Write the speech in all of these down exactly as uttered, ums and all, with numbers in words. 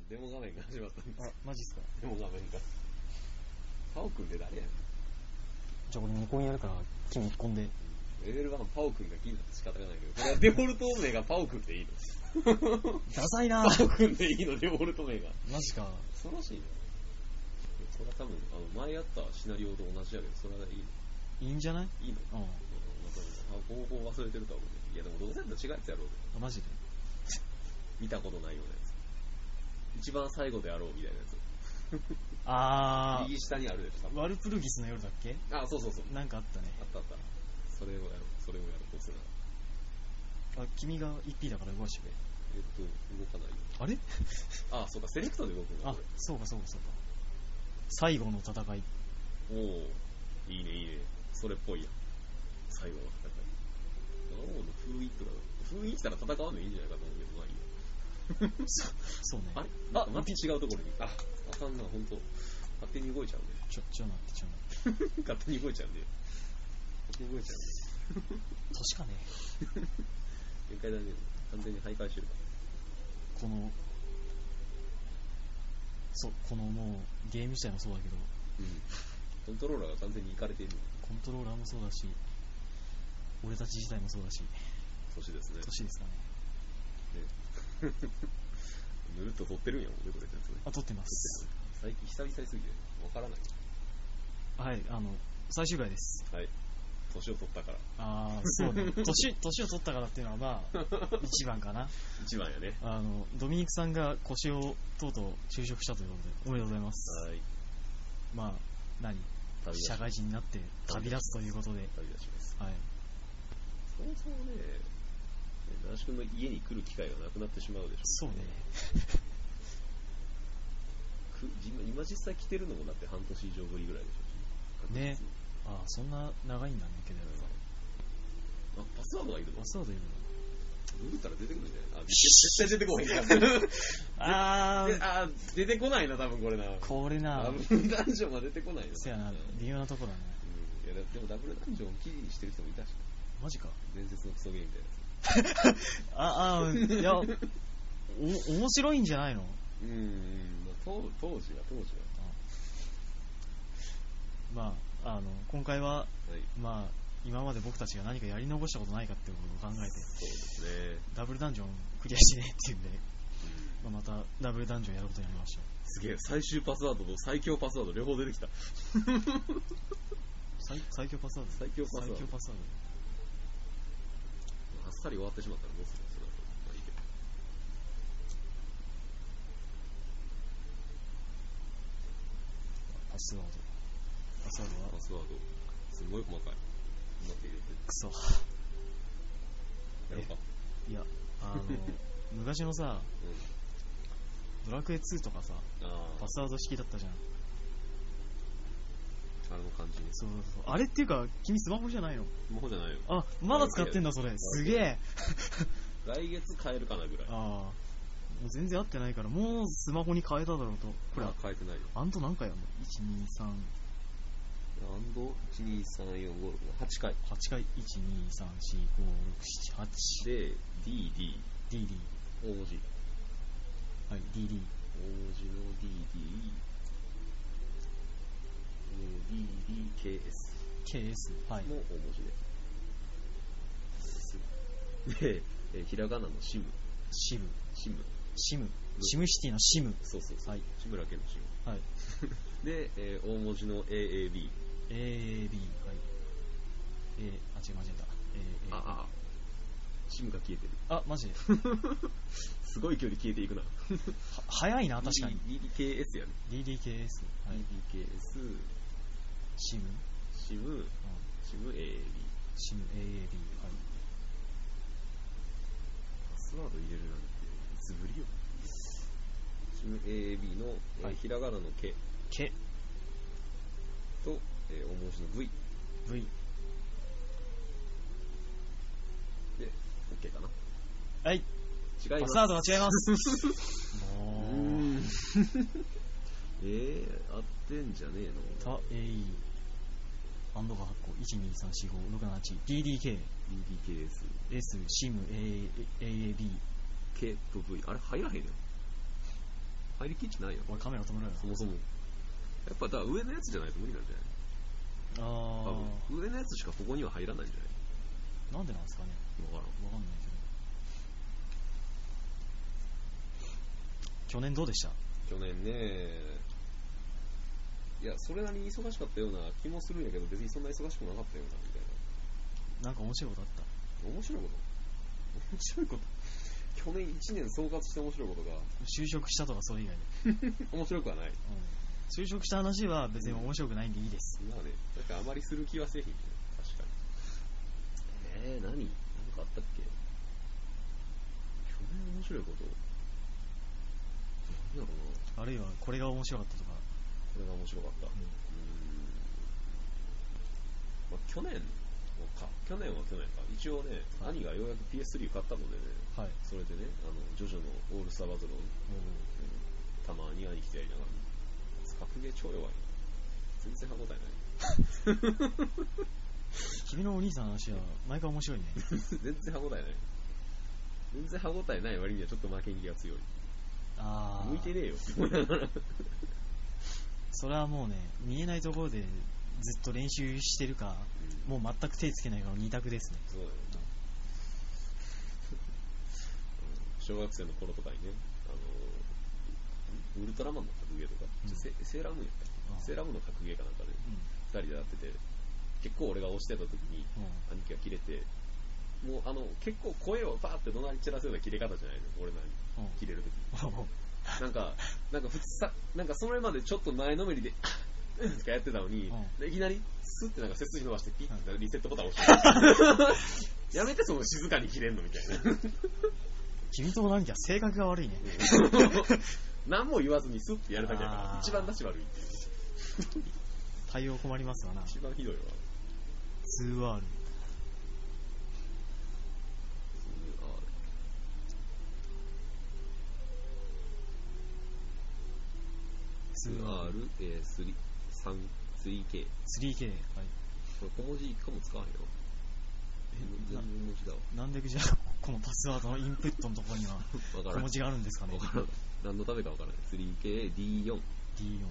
デモ画面が始まったんです。 あ、マジっすか。 デモ画面が。パオくんって誰やねん。 じゃあ俺にこにやるから君いっこんで。 レベルワンパオくんが気になって仕方がないけど、これはデフォルト名がパオくんでいいの。 ダサいなパオくんでいいの、デフォルト名が。 マジか。 恐ろしいね。それは多分、あの前やったシナリオと同じやけど、それはいいの。 いいんじゃない？ いいの。うん。方法忘れてるとは思うね。いやでもどうせやったら違うやつやろうで。 あ、マジで見たことないようなやつ。一番最後であろうみたいなやつ。 あー。 右下にあるでしょ。 ワルプルギスの夜だっけ？ あ、そうそうそう。 なんかあったね。 あったあった。それをやろう。それをやろう。どうするな。あ、君が イーピー だから動かしてくれ。 えっと、動かないよ。 あれあ、そうか、セレクトで動くの。 あ、そうかそうかそうか。最後の戦い。 おお、いいねいいね。それっぽいや。最後の戦い。魔王の封印とか、封印来たら戦わんでいいんじゃないかと思うけど、まあいいよ。 そ, そうね。 あれあ、また違うところに。あ、あかんな、ほんと。勝手に動いちゃうんで。 ちょ、ちょなって、ちょなって。 勝手に動いちゃうんで。勝手に動いちゃうんで。 年かね。 限界だね。完全に徘徊してるから。 この、そう、このもう、ゲーム自体もそうだけど。 うん。コントローラーが完全にいかれている。 コントローラーもそうだし、俺たち自体もそうだし。 年ですね。 年ですかね。 ぬるっと撮ってるんやもんね、これ全然。 あ、撮ってます。 最近久々にすぎてわからない。 はい、あの最終回です。 はい。年を取ったから。 ああ、そうね。年年を取ったからっていうのはまあ一番かな。 一番やね。 あのドミニクさんが腰をとうとう就職したということでおめでとうございます。 はい。 まあ何？社会人になって旅立つということで。 旅立ちます。 はい。 そもそもね、那須君の家に来る機会がなくなってしまうでしょ。 そうね。 今実際来てるのもだって半年以上ぶりぐらいでしょね。 ああ、そんな長いんだね、けど。 あ、パスワードがいるの？ パスワードいるの？ ググったら出てくるんじゃない？あ、絶対出てこへんからあーあー、出てこないな、多分これな。 これな。 ダブルダンジョンは出てこないな。 そうやな、微妙なとこだね。 うん。いや、でもダブルダンジョンを記事にしてる人もいたし。 マジか。 伝説のクソゲーみたいなやつ。 ああ、いや、お、面白いんじゃないの？ うん、まあ、当, 当時は当時は。 まあ、あの、今回は、 はい、 まあ、今まで僕たちが何かやり残したことないかっていうことを考えて、 そうですね。 ダブルダンジョンクリアしてねっていうんで、うん、まあ、またダブルダンジョンやることになりました。 すげえ、最終パスワードと最強パスワード両方出てきた。 最, 最強パスワード最強パスワード。 最強パスワード。 あっさり終わってしまったらどうする？それだと。まあいいけど。 パスワード。パスワードはパスワード。すごい細かい。うまく入れて。 クソ。 やろうか。 いや、あの、昔のさ、うん、ドラクエツーとかさ、パスワード式だったじゃん。 あれの感じに。 そうそうそう。あれっていうか、君スマホじゃないの？ スマホじゃないよ。 あ、まだ使ってんだ、それ。すげえ。 来月買えるかなぐらい。 ああ。もう全然合ってないから、もうスマホに変えただろうと。 これは変えてないよ。 アンド何回やんの？ いち、に、さん。 アンドいち、に、さん、よん、ご、ろく、はちかい。 はちかい。いち、に、さん、よん、ご、ろく、なな、はち。 で、ディーディー。 ディーディー。 大文字。 はい、ディーディー。 大文字の ディーディー。ディーディーケーエス。 ケーエス。はい。 の大文字で。で、えひらがなのシム。 シム。 シム。 シム。シムシティのシム。 そうそうそう。 はい。 志村けんのシム。 はい。 で、えー、大文字の エーエービー。 エーエービー。はい。えー、あ、違う、間違えた。えー、 あ、あ、シムが消えてる。 あ、マジで。 すごい距離消えていくな。は早いな、確かに。 ディーディーケーエス やね。 ディーディーケーエス。はい。 ディーディーケーエス。 シム。 シム。うん、シム エーエービー。 シム エーエービー。はい。 パスワード入れるなんて、いつぶりよ。シム エーエービー の、えーはい、ひらがなのケ。 ケ。 と、えー、大文字の V。 V。 で、OK かな。 はい。 違います。 パスワードが違います。もう。うーんえー、合ってんじゃねえの。 た、えい。アンドがはっこ。いち、に、さん、よん、ご、ろく、なな、はち。ディーディーケー。 ディーディーケーエス。 S、シム、エーエービー。 K と V。あれ入らへんよ。 入りきってないよ。 俺カメラ止めろよ。 そもそも。やっぱだから上のやつじゃないと無理なんじゃない？ あ多分上のやつしかここには入らないんじゃない？ なんでなんですかね。 わからん。 わかんないけど。去年どうでした？ 去年ね、いやそれなりに忙しかったような気もするんやけど、別にそんな忙しくなかったようなみたいな。 なんか面白いことあった？ 面白いこと面白いこと去年いちねん総括して面白いことが就職したとかそれ以外で面白くはない、うん、 就職した話は別に面白くないんでいいです、 うん、まあね、なんかあまりする気はせえへんけど、確かに。えー、何なんかあったっけ？去年面白いこと何やろな。 あるいはこれが面白かったとか。 これが面白かった、うん、うーん、まあ、去年か去年は去年か一応ね、はい、兄がようやく ピーエススリー 買ったのでね、はい、それでね、あのジョジョのオールスターバトルを、うん、たまに兄貴とやりながら、格ゲー超弱い、全然歯応えない君のお兄さんの話は毎回面白いね全然歯応えない全然歯応えない割にはちょっと負けん気が強い。あ向いてねえよそれはもうね、見えないところでずっと練習してるか、うん、もう全く手つけないかの二択ですね。 そうだよ、うん、小学生の頃とかにね、あのウルトラマンの格ゲーとか、うん、セ, セーラームーンやったっけ、セーラームーンの格ゲーかなんかで、うん、ふたりでやってて、結構俺が押してた時に、うん、兄貴がキレて、もうあの結構声をバーって怒鳴り散らすような切れ方じゃないの、俺なりに、うん、切れる時になんか、なんか普通さ、なんかそれまでちょっと前のめりで、うんとかやってたのに、うん、いきなりスッてなんか背筋伸ばしてピッてリセットボタン押してやめてその静かに切れんのみたいな君となんか性格が悪いね何も言わずにスッてやるだけだから一番出し悪いっていう対応困りますわな。 一番ひどいわ。 ツーアールツーアール、えー、スリー、スリーケー。 スリーケー、はい。 これ小文字いっこも使わへんよ。全部文字だわ。 なんでじゃあ、このパスワードのインプットのところには小文字があるんですかね。 わからない。何のためかわからない。スリーケー、ディーフォー。 ディーフォー。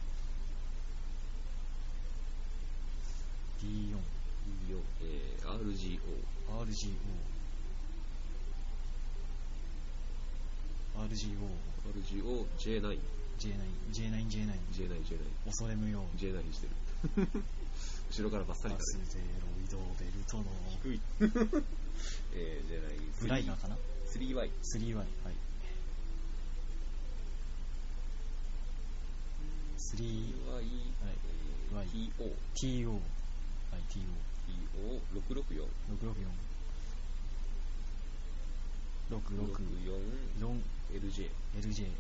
ディーフォー。ディーフォー、 えー、アールジーオー。 アールジーオー。アールジーオー。 アールジーオー、ジェーナイン。 ジェーナイン、ジェーナイン、ジェーナイン。 ジェーナイン、ジェーナイン。 恐れ無用。 ジェーナインしてる。後ろからバッサリかね。バステロイドベルトの。 低い。えー、ジェーナイン。 ブライガーかなスリーワイ。 スリーワイ、はい。スリーワイ、はい。 ティーオー。 ティーオー。はい、ティーオー。 ティーオー、ろくろくよん。 ろくろくよん。ろくろくよん。 エルジェー。 エルジェー。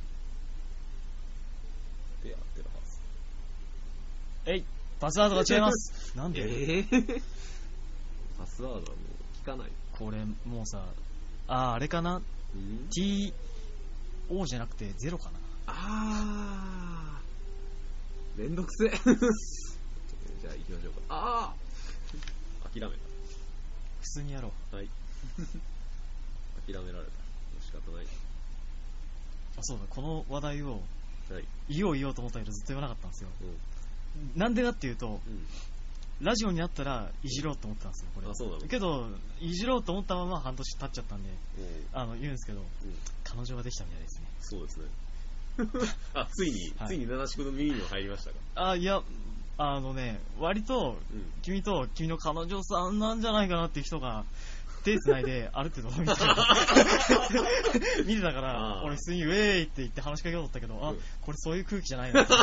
でやってるはず。 えい、パスワードが違います。なんで、 えー、パスワードはもう聞かない。 これもうさ、あーあれかな、ん ティーオー じゃなくてゼロかな。 あーめんどくせえじゃあ行きましょうか。あー諦めた。 普通にやろう。はい諦められた。仕方ない。 あ、そうだ、この話題をはい、 言おう言おうと思ったけどずっと言わなかったんですよ、 うん、 なんでかっていうと、 うん、 ラジオにあったらいじろうと思ったんですよこれ。 あ、そうなの。 けどいじろうと思ったまま半年経っちゃったんで、 うん、 あの言うんですけど、うん、彼女ができたみたいですね。 そうですねあ、ついに、はい、ついに七宿の耳にも入りましたか。 あ、いや、あのね、割と、うん、君と君の彼女さんなんじゃないかなっていう人が手つないである程度見て見てたから、俺普通にウェーイって言って話しかけようとったけど、あ、これそういう空気じゃないな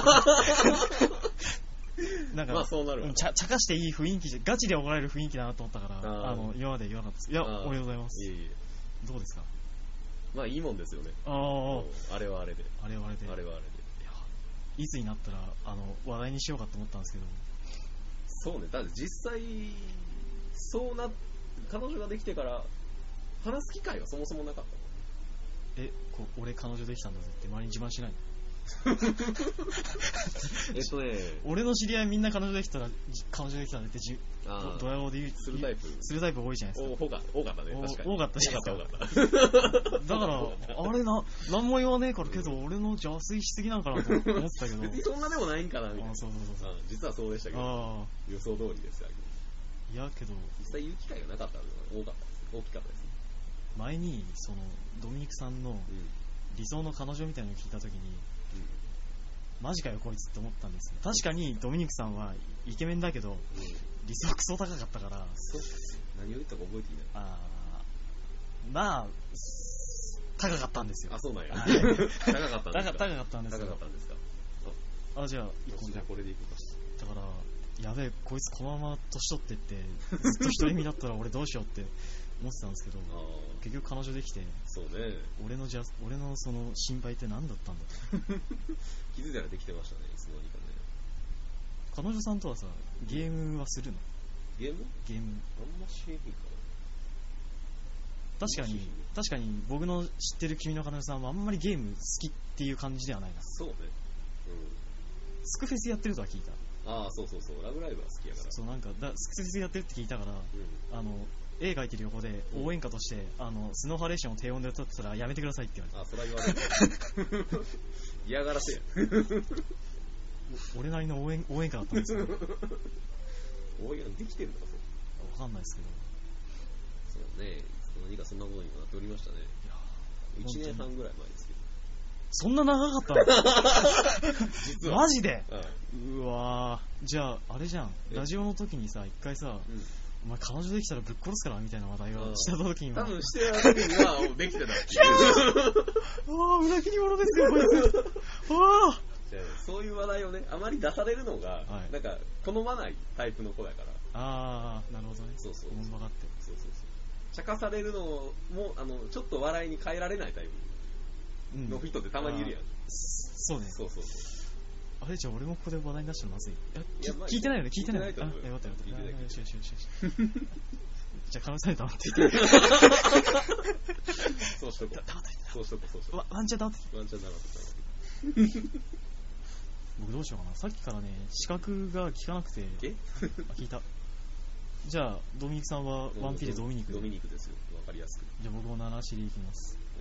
なんか、 まあそうなるわ。 ちゃ、茶化していい雰囲気じゃ、ガチで怒られる雰囲気だなと思ったから、あ, あの今まで言わなかったです。いや、おめでとうございます。 いえいえ。 どうですか。 まあいいもんですよね。 ああ、 あれはあれで。 あれはあれで。 あれはあれで。 いや、いつになったらあの話題にしようかと思ったんですけど。 そうね。だって実際そうな彼女ができてから話す機会はそもそもなかった。 え、こ俺彼女できたんだぜって周りに自慢しないのえっとね、 俺の知り合いみんな彼女できたら彼女できたらってじドヤ顔で言うするタイプするタイプ多いじゃないですか。 多か多かったね、確かに多かったじゃないですか。多かっただからあれな何も言わねえからけど、うん、俺の邪推しすぎなんかなと思ってたけど別にそんなでもないんかなみたいな。 あそうそうそうそう、 実はそうでしたけど、予想通りですよ。 いやけど実際言う機会がなかったのが多かったです。大きかったですね。 前にそのドミニクさんの理想の彼女みたいなのを聞いたときに、うん、マジかよこいつって思ったんですよ。確かにドミニクさんはイケメンだけど、うん、理想クソ高かったから。 そう何を言ったか覚えていない。 あまあ高かったんですよ。 あそうなんや、はい、高かったんですか。 高かったんですよ。 高かったんですか。 あじゃあ一個じゃあこれでいくか。 だからやべえこいつこのまま年取ってってずっと独り身だったら俺どうしようって思ってたんですけど結局彼女できて、 そうね、 俺のじゃ俺のその心配って何だったんだと気づいたらできてましたね。いつの間にかね。 彼女さんとはさゲームはするの？ ゲーム？ ゲームあんましへんかな。確かに確かに僕の知ってる君の彼女さんはあんまりゲーム好きっていう感じではないな。 そうね、うん、 スクフェスやってるとは聞いた。 ああそうそうそう、ラブライブは好きやから。 そうなんかだスクフェスやってるって聞いたから、うん、あの絵描いてる横で応援歌として、うん、あのスノーハレーションを低音で歌ってたらやめてくださいって言われた。 あそれは言われる嫌がらせや俺なりの応援応援歌だったんですよ応援できてるのかそうわかんないですけど。 そうね、何かそんなことにもなっておりましたね。いやいちねんはんぐらい前ですけど。 そんな長かった実はマジで、 うん、 うわーじゃああれじゃん、ラジオの時にさ一回さ、うん、お前彼女できたらぶっ殺すからみたいな話題をした時には多分してた時にはもうできてたっていうわー裏切り者ですよこいつわーそういう話題をねあまり出されるのが、はい、なんか好まないタイプの子だから。 ああなるほどね。 そうそうそう分かってそうそうそう茶化されるのもあのちょっと笑いに変えられないタイプの人ってたまにいるやん、うん、 そうね。そうそうそう。あれじゃあ俺もここで話題に出したのまずい。いや、まあ、聞いてないよね。聞いてないよね。あ、よかったよかった。聞いてない。よしよしよしよし。じゃあ可能性黙って言って。 そうしとこう。そうしとこうそうしとこう。ワンチャン黙って。 ワンチャン黙って。 僕どうしようかな。さっきからね視覚が効かなくて。 え？ あ聞いた。じゃあドミニクさんはワンピでドミニクで。 ドミニクですよ。わかりやすく。 じゃあ僕もななしでいきます。はい。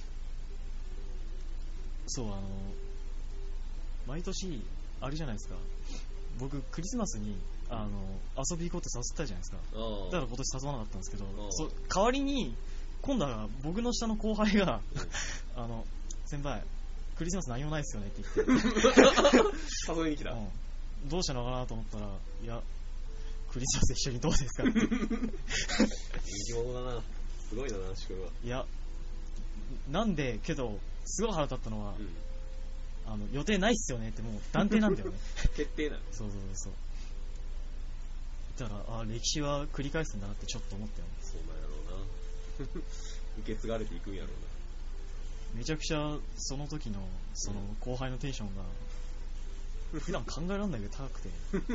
そうあの。毎年あれじゃないですか。僕クリスマスにあの遊び行こうって誘ったじゃないですか。だから今年誘わなかったんですけど、そ代わりに今度は僕の下の後輩があの先輩クリスマス何もないですよねって言って誘いに来た、 うん、どうしたのかなと思ったらいやクリスマス一緒にどうですかって人気者だな。すごいなしくんは。 いやなんでけどすごい腹立ったのは、うんあの予定ないっすよねってもう断定なんだよね決定なの。 そうそうそうだからあ歴史は繰り返すんだなってちょっと思ったよね。 そうなんやろうな受け継がれていくんやろうな。めちゃくちゃその時のその後輩のテンションが普段考えられないけど高くて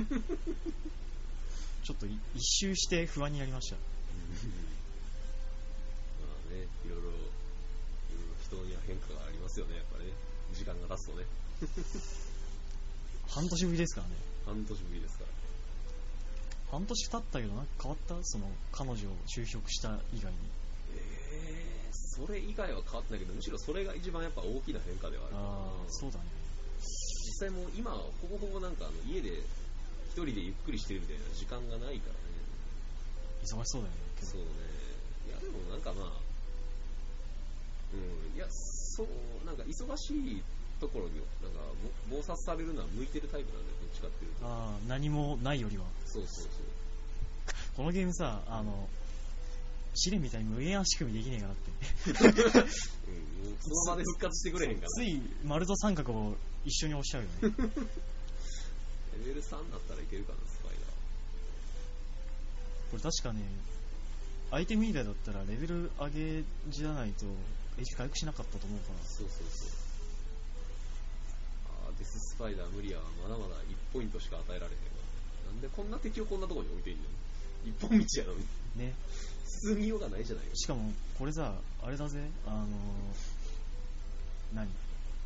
ちょっと一周して不安になりましたまあねいろいろいろいろ人には変化がありますよねやっぱりね。時間が経つとね半年ぶりですからね。 半年ぶりですから半年経ったけどなんか変わったその彼女を就職した以外に。 えー、それ以外は変わってないけどむしろそれが一番やっぱ大きな変化ではあるかな。 あそうだね。 実際もう今はほぼほぼなんかあの家で一人でゆっくりしてるみたいな時間がないからね。 忙しそうだよね。 そうね。いやでもなんかまあうんいやそうなんか忙しいところになんか忙殺されるのは向いてるタイプなんだよどっちかっていうと。 ああ何もないよりは。 そうそうそうこのゲームさあの試練みたいに無限足組みできねえかなって、うん、 その場で復活してくれへんかな。 つい丸と三角を一緒に押しちゃうよねレベルさんだったらいけるかなスパイダー。 これ確かねアイテム以外だったらレベル上げじゃないとエイチピー回復しなかったと思うから。 そうそうそう。あーデススパイダー無理やわ。まだまだいちポイントしか与えられへんわ。なんでこんな敵をこんなところに置いていいの。一本道やのにね。進みようがないじゃないよ。 しかもこれさあれだぜあのー、何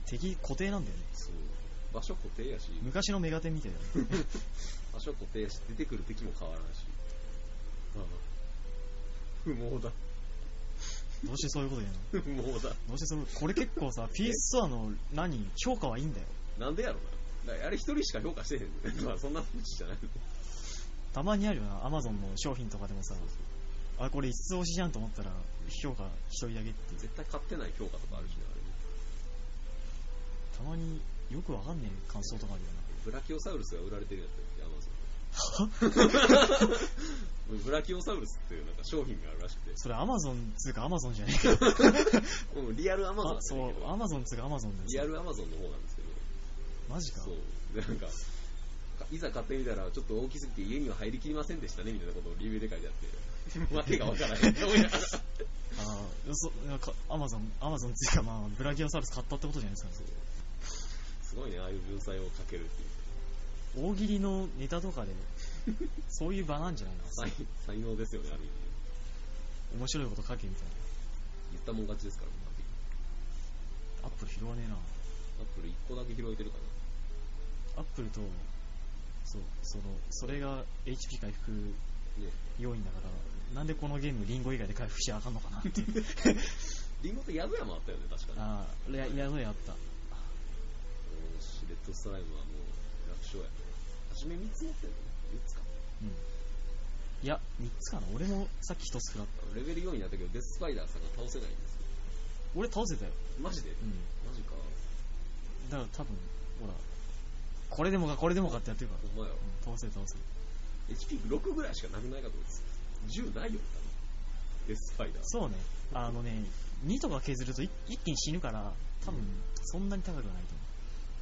敵固定なんだよね。 そう。場所固定やし。 昔のメガテンみたいだよ。 場所固定やし、出てくる敵も変わらんし。ああ。不毛だ。 どうしてそういうこと言うの？ 不毛だ。 どうしてそういうこれ結構さ、ピースストアの何、評価はいいんだよ。 なんでやろな。だからあれ一人しか評価してへんねん。まあそんな話じゃない。 たまにあるよな、アマゾンの商品とかでもさ、あれこれ一つ押しじゃんと思ったら、評価一人だけっていう。 絶対買ってない評価とかあるしね、あれね。 たまによくわかんねえ感想とかあるよな。 ブラキオサウルスが売られてるやつってアマゾン。ブラキオサウルスっていうなんか商品があるらしくて。 それアマゾンつうかアマゾンじゃねえか。 もうリアルアマゾン。 そう、アマゾンつうかアマゾンです。 リアルアマゾンの方なんですけど。 マジか。そう。 で、なんか、いざ買ってみたらちょっと大きすぎて家には入りきりませんでしたねみたいなことをリビューで書いてあって、わけがわからへん。 ああ、そ、アマゾン、アマゾンつうかまあ、ブラキオサウルス買ったってことじゃないですかね。 すごいね、ああいう文才をかけるっていう。 大喜利のネタとかで、そういう場なんじゃないの？ 才, 才能ですよね、ある意味。 面白いこと書けみたいな。 言ったもん勝ちですから、 アップル拾わねえな。 アップルいっこだけ拾えてるかな。アップルと、そう、その、それが エイチピー 回復要因だから、ね、なんでこのゲームリンゴ以外で回復しちゃあかんのかなっていう。 リンゴって宿屋もあったよね、確かに。 ああ、宿屋あった。 シレッドストライムはもう楽勝やね。初めみっつ持ってるの？みっつか。 うん。いや、みっつかな。俺もさっきひとつくらった。 レベルよんになったけど、デススパイダーさんが倒せないんですよ。 俺倒せたよ。 マジで？うん。マジか。 だから多分、ほら、これでもかこれでもかってやってるから。 ほんまよ。 うん、倒せる倒せる。 エイチピーろく ぐらいしかなくないかと思って。じゅうないよ、デススパイダー。 そうね。あのね、にとか削ると一気に死ぬから、多分、そんなに高くはないと思う。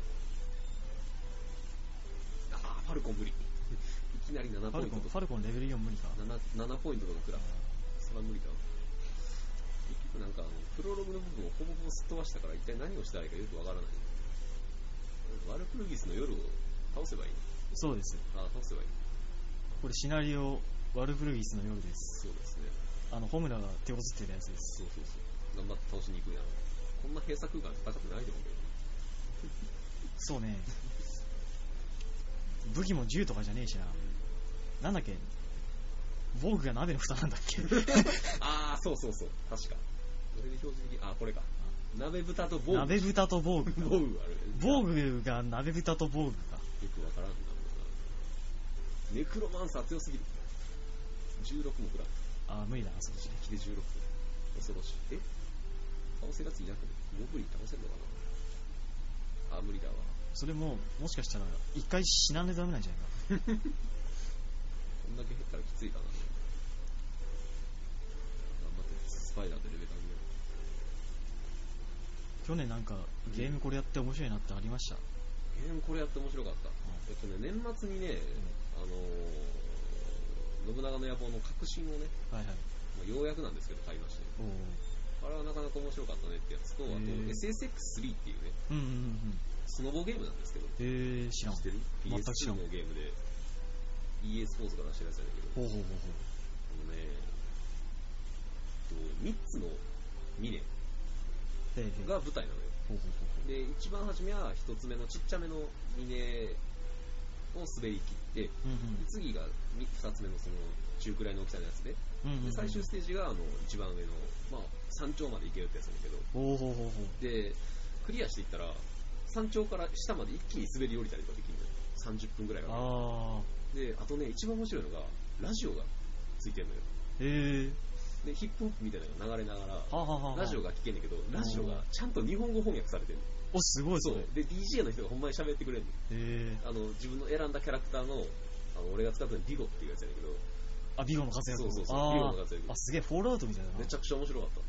あー、ファルコン無理。いきなりななポイントと。 ファルコンレベルよん無理か。 なな, ななポイントとかくらい。それは無理だわ。結局なんかあの、プロログの部分をほぼほぼすっ飛ばしたから、一体何をしたらいいかよくわからない。ワルプルギスの夜を倒せばいいの？ そうです。 ああ、倒せばいい。 これシナリオ、ワルプルギスの夜です。 そうですね。 あの、ホムラが手こずってるやつです。 そうそうそう。頑張って倒しに行くやん。こんな閉鎖空間高くないと思うけど。 そうね。武器も銃とかじゃねえしな。なんだっけ、防具が鍋の蓋なんだっけ。 ああ、そうそうそう。確か。どれで表示的？あ、これか。鍋蓋と防具。 鍋蓋と防具。 防具ある。 防具が鍋蓋と防具か。 よくわからんなんだな。ネクロマンサー強すぎる。じゅうろくもくらい。 ああ、無理だな、そっち。 自力でじゅうろく。恐ろしい。え？倒せるやついなくて、モブリ倒せるのかな？あ、無理だわ。 それも、もしかしたら、一回死なんでダメなんじゃないか。 こんだけ減ったらきついかな。頑張って、スパイダーでレベル上げよう。去年なんか、ゲームこれやって面白いなってありました？ ゲームこれやって面白かった。うん、えっとね、年末にね、うん、あのー、信長の野望の革新をね、はいはい、ようやくなんですけど買いまして、ね、あれはなかなか面白かったねってやつと、あと エスエスエックススリー っていうね、うんうんうん、スノボゲームなんですけど、 へー、知らん。 知ってる？ ピーエスツー のゲームで イーエー スポーツが出してるやつなんだけど、ほうほうほうほう、あのね、みっつの峰が舞台なのよ。ほうほうほう、で、一番初めはひとつめのちっちゃめの峰を滑り切って、うんうん、次がふたつめのその中くらいの大きさのやつで、うんうんうん、で最終ステージがあの一番上の、まあ、山頂まで行けるってやつなんだけど、ほうほうほうほう、でクリアしていったら山頂から下まで一気に滑り降りたりとかできるのよ。さんじゅっぷんぐらいかかる。あで、あとね、一番面白いのがラジオがついてるのよ。へー。でヒップホップみたいなのが流れながら、はあはあはあ、ラジオが聞けんねんけど、ラジオがちゃんと日本語翻訳されてるの。 お、すごいそう。 で ディージェー の人がほんまに喋ってくれるの。へー。あの自分の選んだキャラクターの、あの俺が使ったのビゴっていうやつやねんけど、 あ、ビゴの活躍。そうそうそう、ビゴの活躍。あ、すげえ、フォールアウトみたいな。 めちゃくちゃ面白かった。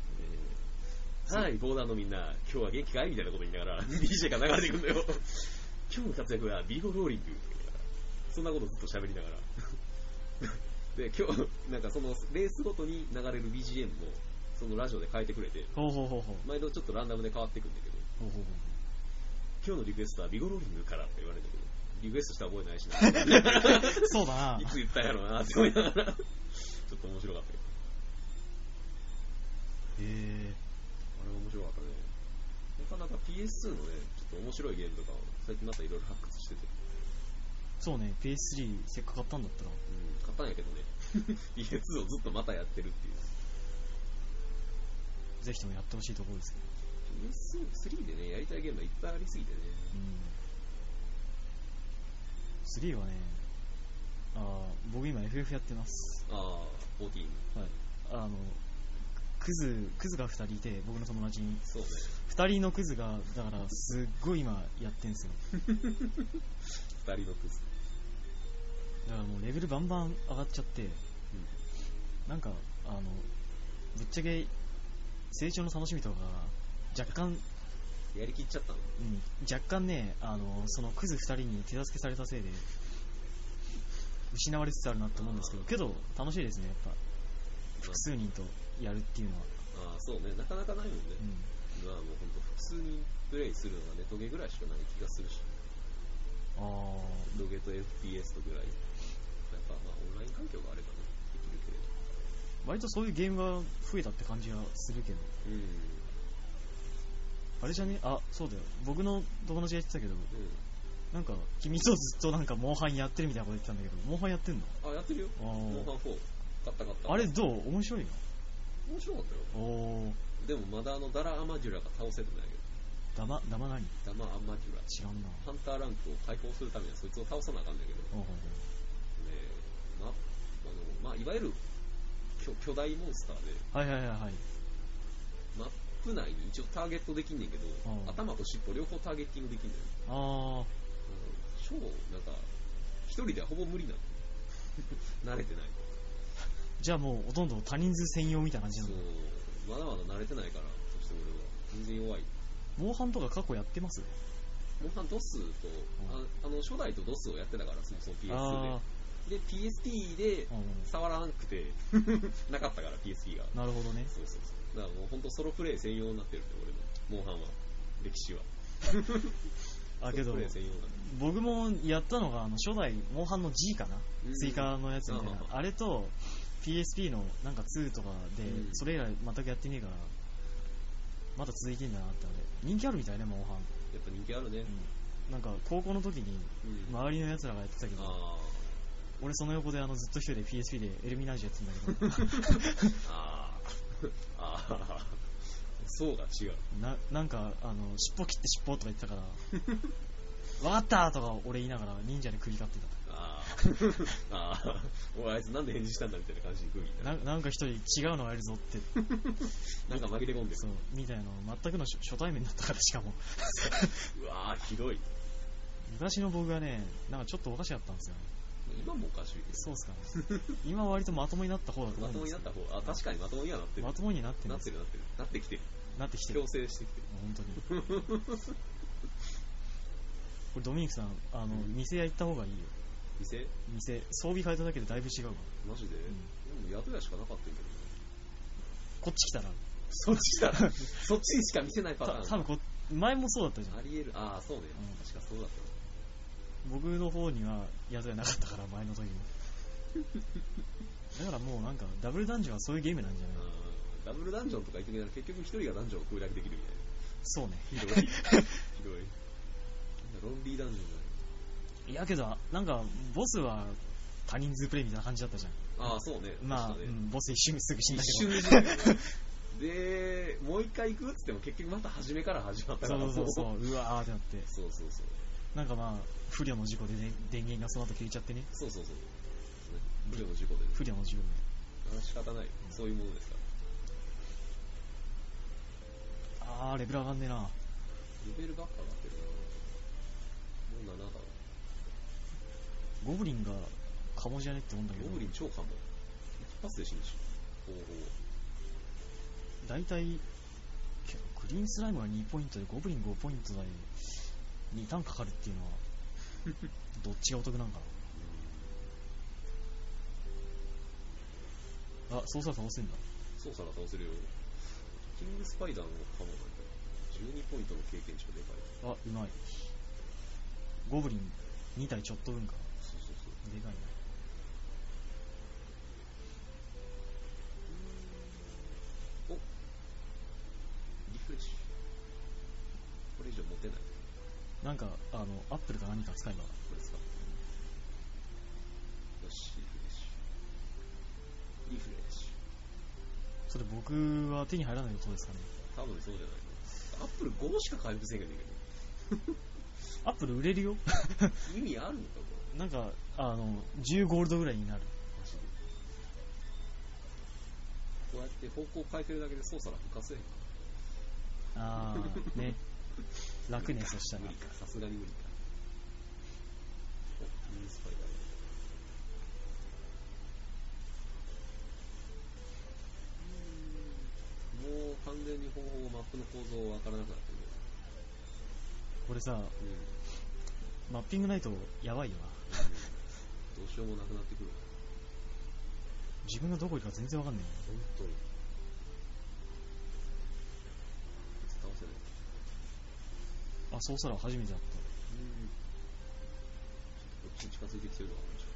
はい、ボーダーのみんな、今日は元気かいみたいなこと言いながら ディージェー が流れてくんだよ。今日の活躍はビゴローリングって言いながら、そんなことずっと喋りながらで、今日なんかそのレースごとに流れる ビージーエム もそのラジオで変えてくれて、ほうほうほうほう、毎度ちょっとランダムで変わってくんだけど、ほうほうほう、今日のリクエストはビゴローリングからって言われたけど、リクエストしたら覚えないしなそうだな、いつ言ったんやろうなって思いながらちょっと面白かったけど、へえ、あれ面白かったね。 かなか ピーエスツー のね、ちょっと面白いゲームとかを最近またいろいろ発掘してて。 そうね、ピーエススリー せっかく買ったんだったら。 うん、買ったんやけどね。ピーエスツー をずっとまたやってるっていう。 ぜひともやってほしいところですけど。 ピーエススリー でね、やりたいゲームがいっぱいありすぎてね。 うん。スリーはね、あ僕今 エフエフ やってます。 ああ、じゅうよん。 はい。あの、クズ、クズがふたりいて、僕の友達に。 そうね。 ふたりのクズが、だから、すっごい今やってんすよ。 ふたりのクズ。 だからもうレベルバンバン上がっちゃって、うん、なんか、あの、ぶっちゃけ、成長の楽しみとかが、若干、 やりきっちゃったの？ うん、若干ね、あの、そのクズふたりに手助けされたせいで、失われつつあるなって思うんですけど、けど、楽しいですね、やっぱ。複数人とやるっていうのは。 ああ、そうね、なかなかないもんね。うん、まあもう本当複数人プレイするのがネトゲぐらいしかない気がするし。 ああ。 ネトゲと エフピーエス とぐらい。やっぱまあオンライン環境があればね、できるけれど。 割とそういうゲームが増えたって感じはするけど。うん。あれじゃね、あ、そうだよ。僕の友達が言ってたけど、うん、なんか君とずっとなんかモンハンやってるみたいなこと言ってたんだけど、モンハンやってんの？ あ、やってるよ。モンハンフォー。買った買った。 あれどう？面白いの？ 面白かったよ。おー。でもまだあのダラアマジュラが倒せてないけど。 ダマ、ダマ何？ ダマアマジュラ。 違うな。 ハンターランクを解放するためにはそいつを倒さなあかんだけど。ねえ、ま、あの、まあ、いわゆる巨、巨大モンスターで。 はいはいはいはい。 マップ内に一応ターゲットできんねんけど、頭と尻尾両方ターゲッティングできんねん。ああ。超、なんか、一人ではほぼ無理なの。慣れてない。 じゃあもうほとんど他人数専用みたいな感じなの？ そう、まだまだ慣れてないから、そして俺は全然弱い。 モンハンとか過去やってます？ モンハンドスと、あ, あの初代とドスをやってたから、そもそも ピーエスツー で。で、ピーエスピー で触らなくてなかったから ピーエスピー が。 なるほどね。 そうそうそう。だからもう本当ソロプレイ専用になってるんで、俺のモンハンは歴史は。 あけど僕もやったのがあの初代モンハンの G かな、うん、追加のやつみたいな、あれと ピーエスピー のなんかツーとかで、うん、それ以来全くやってねえからまだ続いてんだなってあれ人気あるみたいねモンハン。 やっぱ人気あるね、 うん、なんか高校の時に周りのやつらがやってたけど、うん、俺その横であのずっと一人で ピーエスピー でエルミナージュやってたけどあああそうが違うな。なんかあの尻尾切って尻尾とか言ってたから分かったとか俺言いながら忍者で首かってた。 あああお前あいつなんで返事したんだみたいな感じで首みたいな。 ななんか一人違うのがいるぞってなんか紛れ込んでるそうみたいなの全くの初対面だったからしかもうわーひどい。 昔の僕がねなんかちょっとおかしかったんですよ。 今もおかしいけど。 そうっすかね今は割とまともになった方だと思うんですよ。 まともになった方。あ確かにまともにはなってる。 まともになってるなってるなってるなってきてるなってきてる強制してきてる本当にこれドミニクさんあの、うん、店屋行った方がいいよ。 店店装備変えただけでだいぶ違うわ。 マジで、うん、でも宿屋しかなかったけどこっち来たらそっち来たらそっちにしか見せないパターン。 多分こ前もそうだったじゃん。 ありえる。ああそうね、うん、確かそうだった。 僕の方には宿屋なかったから前の時もだからもうなんかダブルダンジョンはそういうゲームなんじゃない。 ダブルダンジョンとか言ってきたら結局一人がダンジョンを攻略できるみたいな。 そうねひどいひどいロンリーダンジョンじゃない。 いやけどなんかボスは多人数プレイみたいな感じだったじゃん。 ああそうね。 まあ、ねうん、ボス一瞬すぐ死んだけど一瞬で死んだけどでもう一回行くっつっても結局また初めから始まったからそうそうそううわーってなってそうそうそうなんかまあ不慮の事故で、ね、電源がその後消えちゃってね。 そうそうそう不慮の事故で、ね、 不慮の事故で仕方ない、うん、そういうものですから。 あーレベル上がんねえな。 レベルばっか上がってるな。もうななだ。 ゴブリンがカモじゃねって思うんだけど。 ゴブリン超カモ一発で死ぬしほうほう。 大体グリーンスライムがにポイントでゴブリンごポイントでにターンかかるっていうのはどっちがお得なんかな。あ、操作倒せんだ。 操作が倒せるよ。キングスパイダーのカモなんだ。じゅうにポイントの経験値がでかい。 あ、うまい。ゴブリンに体ちょっと分か。 そうそうそう。 でかいな。 おリフレッシュ。 ない。 なんかあのアップルか何か使えば。これですか。 よし、リフレッシュ。リフレッシュ。それ僕は手に入らないことですかね。 多分そうじゃないの。アップルごしか回復せんけどいいけど。 アップル売れるよ。 意味あるのかこれ。なんかあのじゅうゴールドぐらいになる。 こうやって方向変えてるだけで操作楽かせへんか。 あーね。楽ね、そしたら。 無理か、さすがに無理か。お、ミニスパイダー。もう完全に方法、マップの構造わからなくなってる。 これさ、うん、マッピングないとやばいよな、 うん、どうしようもなくなってくる。 自分がどこ行くか全然わかんないよ。 本当に倒せない。 あ、そうしたら初めてだった。うん、 こっちに近づいてきてるのが面白い。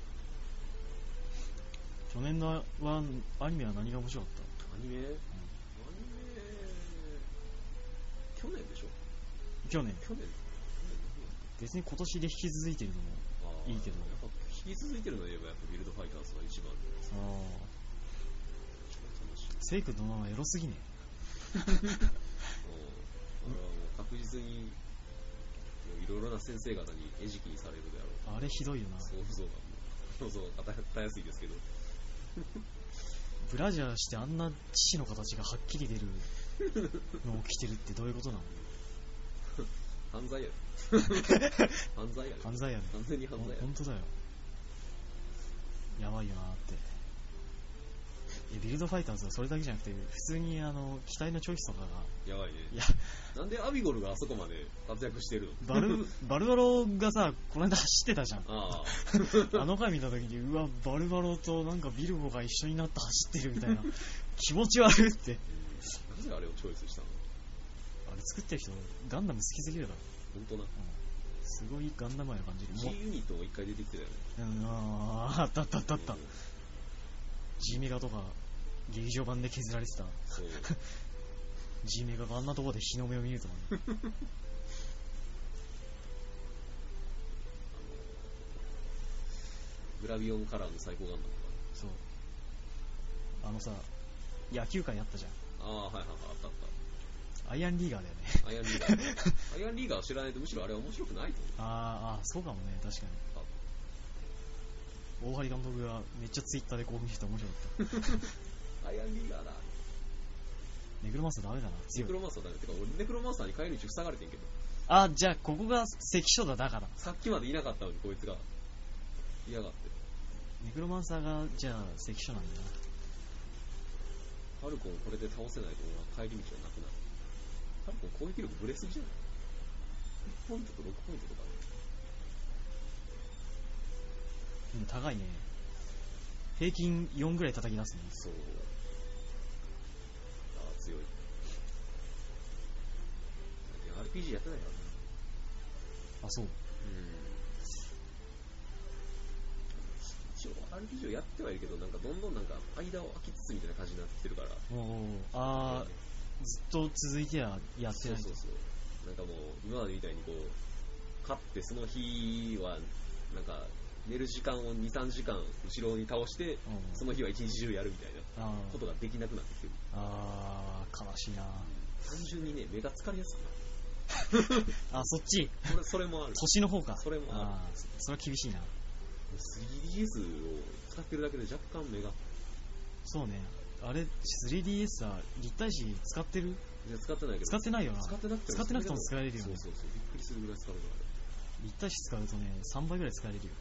去年のはアニメは何が面白かった？ アニメ、うん、アニメ去年でしょ。 去年。 去年別に今年で引き続いてるのもいいけど、やっぱ引き続いてるので言えばやっぱビルドファイターズが一番で。ああ。 セイ君のままエロすぎね。 あれはもう確実にいろいろな先生方に餌食にされるであろう。 あれひどいよな。 想像が想像がたやすいですけど。 ブラジャーしてあんな父の形がはっきり出るの起きてるってどういうことなの？ 犯罪やね。犯罪やね。 犯罪やね。 完全に犯罪やね。 本当だよ。やばいよなーって。ビルドファイターズはそれだけじゃなくて普通にあの機体のチョイスとかがやばいね。いやなんでアビゴルがあそこまで活躍してるの？ バルバルバロがさこの間走ってたじゃん。 ああの回見た時にうわバルバロとなんかビルゴが一緒になって走ってるみたいな気持ち悪いって。 なぜあれをチョイスしたの？ あれ作ってる人ガンダム好きすぎるだろ。 本当な、うん、 すごいガンダム愛を感じる。 G ユニットも一回出てきてたよね。 うん、ああったあったあったあった、うん、G メガとか劇場版で削られてた。G メガがあんなところで日の目を見るとはね。 グラビオンカラーの最高ガンダムとか。 そうあのさ野球界あったじゃん。 ああはいはいはい、あったあった。 アイアンリーガーだよね。 アイアンリーガーアイアンリーガー知らないとむしろあれは面白くないと思う。 ああそうかもね。確かに大張監督がめっちゃツイッターで興奮して面白かったアイアンリーガーだ。 ネクロマンサーダメだな。 ネクロマンサーダメってか俺ネクロマンサーに帰り道塞がれてんけど。 あじゃあここが関所だ。だからさっきまでいなかったのにこいつが嫌がって。 ネクロマンサーがじゃあ関所なんだな。 ファルコンこれで倒せないと帰り道はなくなる。ファルコン攻撃力ブレすぎじゃない？いちポイントとろくポイントとかうん、高いね。平均よんぐらい叩き出すね。 そう。ああ、強い。アールピージー やってないからな。 あ、そう。うん。 一応 アールピージー をやってはいるけど、なんかどんどんなんか間を空きつつみたいな感じになってきてるから。 おお。ああ、ずっと続いてはやってない。 そうそうそう。なんかもう、今までみたいにこう、勝ってその日は、なんか、寝る時間をに、さんじかん後ろに倒して、その日は一日中やるみたいなことができなくなってきてる。 あー、悲しいな。 単純にね、目が疲れやすくなる。 あ、そっちそれ、それもある。 腰の方か。 それもある。 あそれは厳しいな。 スリーディーエス を使ってるだけで若干目が。 そうね。あれ、スリーディーエス は立体視使ってる？ いや、使ってないけど。 使ってないよな。 使ってなくても。 使ってなくても使えれるよね。 そうそうそう。びっくりするぐらい使うのある。 立体視使うとね、さんばいぐらい使えれるよ。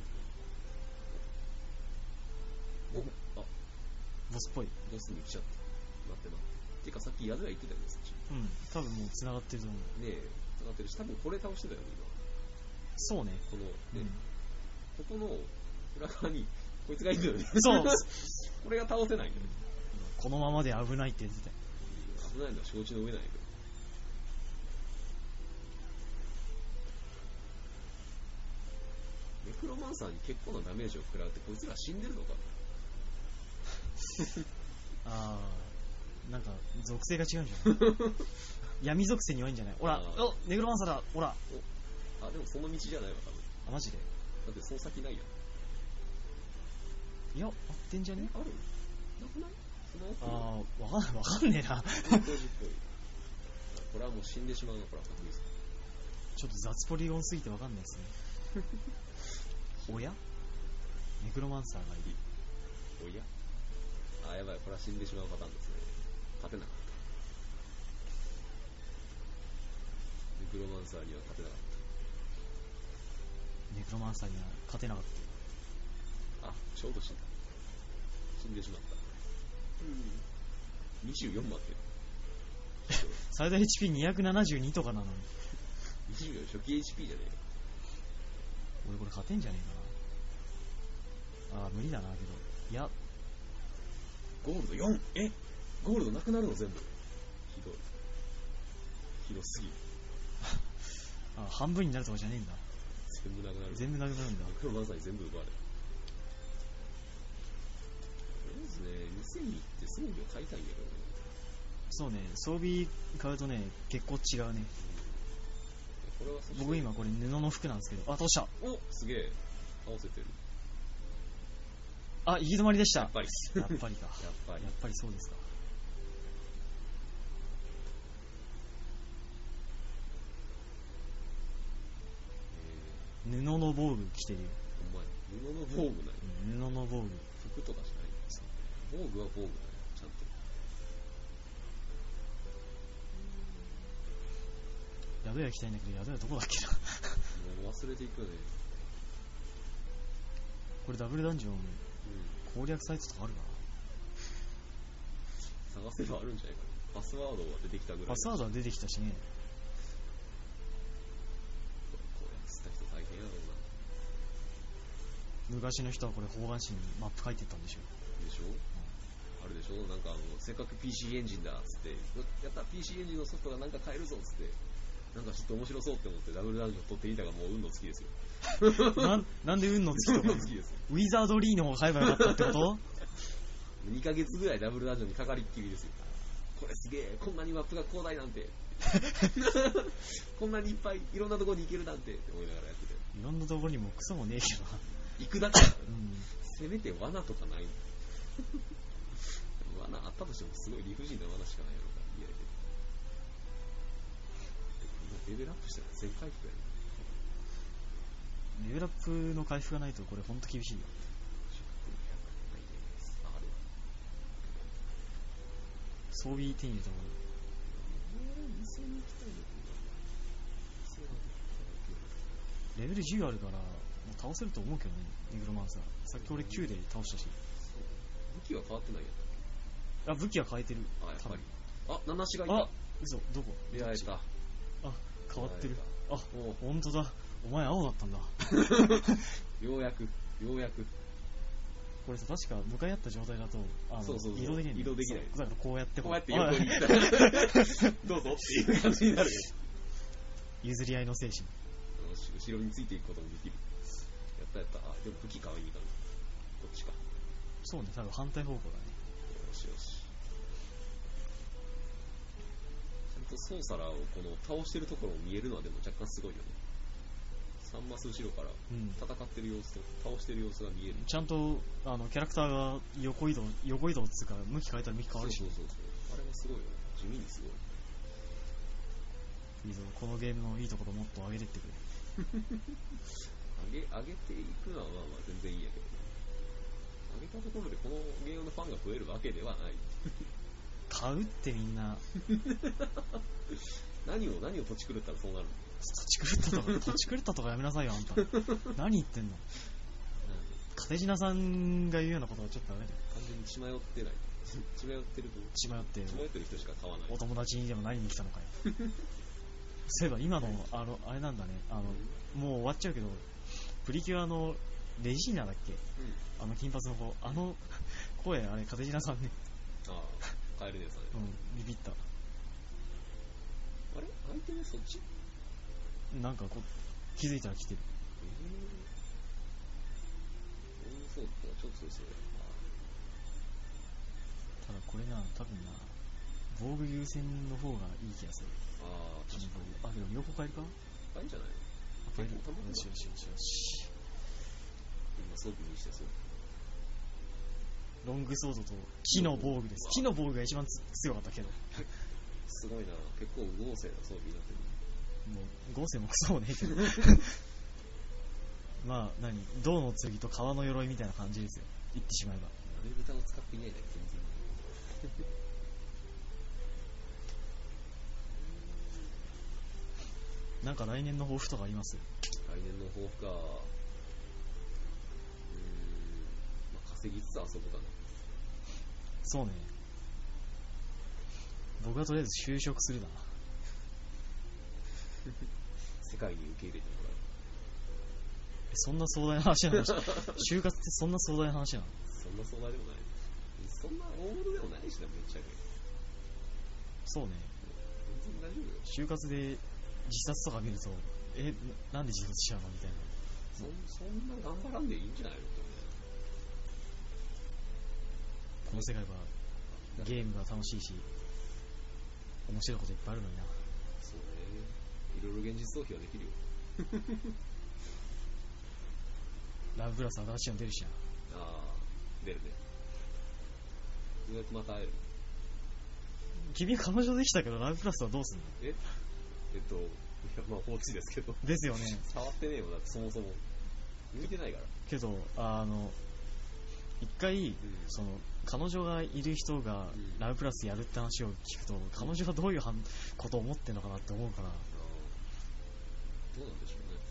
おあボスっぽい。 ボスに来ちゃった。待って待って。てかさっき矢部が言ってたよね、そっち。 うん、多分もう繋がってると思う。 ねえ、繋がってるし、多分これ倒してたよね、今。 そうね。 この、ね、 うん、 ここの裏側に、こいつがいるよね。 そう。 これが倒せないんだよね。 このままで危ないって言ってたよ。 危ないのは承知の上なんやけど。ネクロマンサーに結構なダメージを食らうってこいつら死んでるのかああ、なんか属性が違うんじゃない闇属性に弱いんじゃない？ほら、お、ネグロマンサーだ、ほら。 あ、でもその道じゃないわ、多分。 あ、マジで？ だってその先ないやん。 いや、合ってんじゃね？ ある？なくない？そのあー、わかん、わかんねえな。 これはもう死んでしまうの、これは確実。 ちょっと雑ポリゴンすぎてわかんないですね。おや？ネクロマンサーがいる。 おや？あ、やばい、これは死んでしまうパターンですね。勝てなかった。ネクロマンサーには勝てなかった。 ネクロマンサーには勝てなかった。 あ、ちょうど死んだ。死んでしまった。うん。にじゅうよんまで。 最大 エイチピーにひゃくななじゅうに とかなのに。 にじゅうよん初期 エイチピー じゃねえよ。 俺これ勝てんじゃねえかな。あー、無理だな、けど。いや。 ゴールドよん！え？ゴールドなくなるの全部。ひどい。ひどすぎる。 あ、半分になるとかじゃねえんだ。 全部なくなる。 全部なくなるんだ。 これまさに全部奪われる。とりあえずね、にせんにって装備を買いたいんだけどね。 そうね、装備買うとね、結構違うね。 これはそ僕今これ布の服なんですけど、あ、倒した。 お、すげえ。倒せてる。 あ、行き止まりでした。 やっぱり。 やっぱりか。 やっぱり。 やっぱりそうですか。えー、布の防具着てるよ。 お前、布の防具ない、 うん、布の防具。 服とかじゃないんですよ。防具は防具だよ、ちゃんと。 宿屋行きたいんだけど、宿屋どこだっけな。 もう忘れていくよね。 これダブルダンジョン、うん、攻略サイトとかあるかな。探せばあるんじゃないかな。パスワードが出てきたぐらい。 パスワードは出てきたしね。 攻略した人大変やろうな。昔の人はこれ方眼紙にマップ書いてったんでしょ。 でしょ、うん、あるでしょ。なんかあのせっかく ピーシー エンジンだっつって、やった ピーシー エンジンのソフトがなんか買えるぞっつって、なんかちょっと面白そうって思ってダブルダンジョン取ってみたがもう運の尽きですよ。 な, なんで運の尽きとかウィザードリーの方が買えばよかったってこと？ にかげつぐらいダブルダンジョンにかかりっきりですよ。これすげえ、こんなにマップが広大なんてこんなにいっぱいいろんなところに行けるなんてって思いながらやってて、 いろんなところにもクソもねえけどな。 行くだけだ、うん、せめて罠とかない罠あったとしてもすごい理不尽な罠しかないやろから、レベルアップしたら全回復やね。 レベルアップの回復がないとこれほんと厳しいよ。装備手に入れた方がいい。レベルじゅうあるからもう倒せると思うけどね、ネグロマンサー。さっき俺きゅうで倒したし。 武器は変わってないやん。あ、武器は変えてる。 あ、やっぱり。あ、ナナシがいた。 あ、嘘、どこ？ 出会えた。 あ、変わってる。あ、ほんとだ。お前青だったんだ。 ようやく、ようやく。 これさ、確か向かい合った状態だと、あの、 そうそうそう、 移動できない。 移動できない。 だからこうやってこうやって横に行ったら、どうぞっていう感じになるよ。 譲り合いの精神。 後ろについていくこともできる。やったやった。あ、でも武器買いに行かない。こっちか。 そうね、多分反対方向だね。 よしよし。ちゃんとソーサラーをこの倒してるところを見えるのはでも若干すごいよね。さんマス後ろから戦ってる様子と倒してる様子が見える。 ちゃんとあのキャラクターが横移動、横移動っていうか向き変えたら向き変わるし。 そうそうそうそう。あれもすごいよね。地味にすごい。 いいぞ、このゲームのいいところもっと上げてってくれ。 上げ、上げていくのはまあまあ全然いいやけどね。上げたところでこのゲームのファンが増えるわけではない。 買うってみんな。 何を、何を土地狂ったらそうなるの？ 土地狂ったとか、土地狂ったとかやめなさいよ、あんた。何言ってんの？カテジナさんが言うようなことはちょっとダメだよ。 完全に血迷ってない。血迷ってると。 血迷ってる。 血迷ってる人しか買わない。 お友達にでも何に来たのかよ。そういえば今の、あの、あれなんだね、あの、もう終わっちゃうけど、プリキュアのレジーナだっけ、うん、あの金髪の子、あの声、あれ、カテジナさんね。 ああ、カエル姉さんね。 うん、ビビった。 あれ相手ね、そっちなんかこう、気づいたら来てる。 えー、そうか、ちょっとですね。 ただこれな、多分な、 防具優先の方がいい気がする。 ああ、確かに。 あ、でも両方買えるか？ 買えるんじゃない？ 買える。 結構よしよしよしよし。 今装備にしてそう。 ロングソードと木の防具です。木の防具が一番強かったけど。 すごいな。結構豪勢な装備になってる。 もう豪勢もクソもねえけど。まあ何、銅の剣と革の鎧みたいな感じですよ。言ってしまえば。 鍋豚を使っていないね、全然。 なんか来年の抱負とかあります？ 来年の抱負か。うーん、まあ、稼ぎつつ遊ぶかな。 そうね。僕はとりあえず就職するな。 世界に受け入れてもらう。 そんな壮大な話なの？就活ってそんな壮大な話なの？ そんな壮大でもない。そんな大物でもないしな、めっちゃけ。 そうね。 全然大丈夫よ。 就活で自殺とか見ると、え、な、なんで自殺しちゃうのみたいな。 そ, そんな頑張らんでいいんじゃないの？ この世界はゲームが楽しいし、面白いこといっぱいあるのにな。 そうね。いろいろ現実逃避はできるよ。 ラブプラス新しいの出るしな。 ああ、出るね。ようやくまた会える。 君彼女できたけどラブプラスはどうすんの？ ええっと、いや、まあ放置ですけど。 ですよね。 触ってねえよ、だってそもそも。向いてないから。 けど、あの、一回、うん、その、彼女がいる人がラブプラスやるって話を聞くと、うん、彼女がどういうことを思ってんのかなって思うから。 どうなんでしょうね。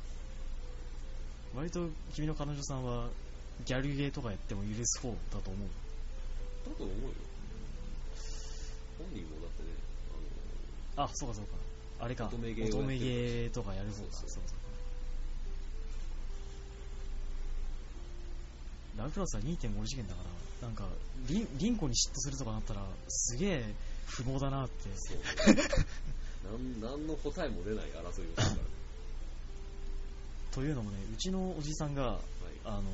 割と君の彼女さんはギャルゲーとかやっても許す方だと思う。 だと思うよ。本人もだってね、 あのー、あ、そうかそうか。あれか、乙女ゲー、乙女ゲーとかやる方か。そうそうそう。ラブプラスは にてんご 次元だから、なんか、リン、リンコに嫉妬するとかなったら、すげえ不毛だなって。 そう。なん、なんの答えも出ない争いをするから。 というのもね、うちのおじさんが、はい、あの、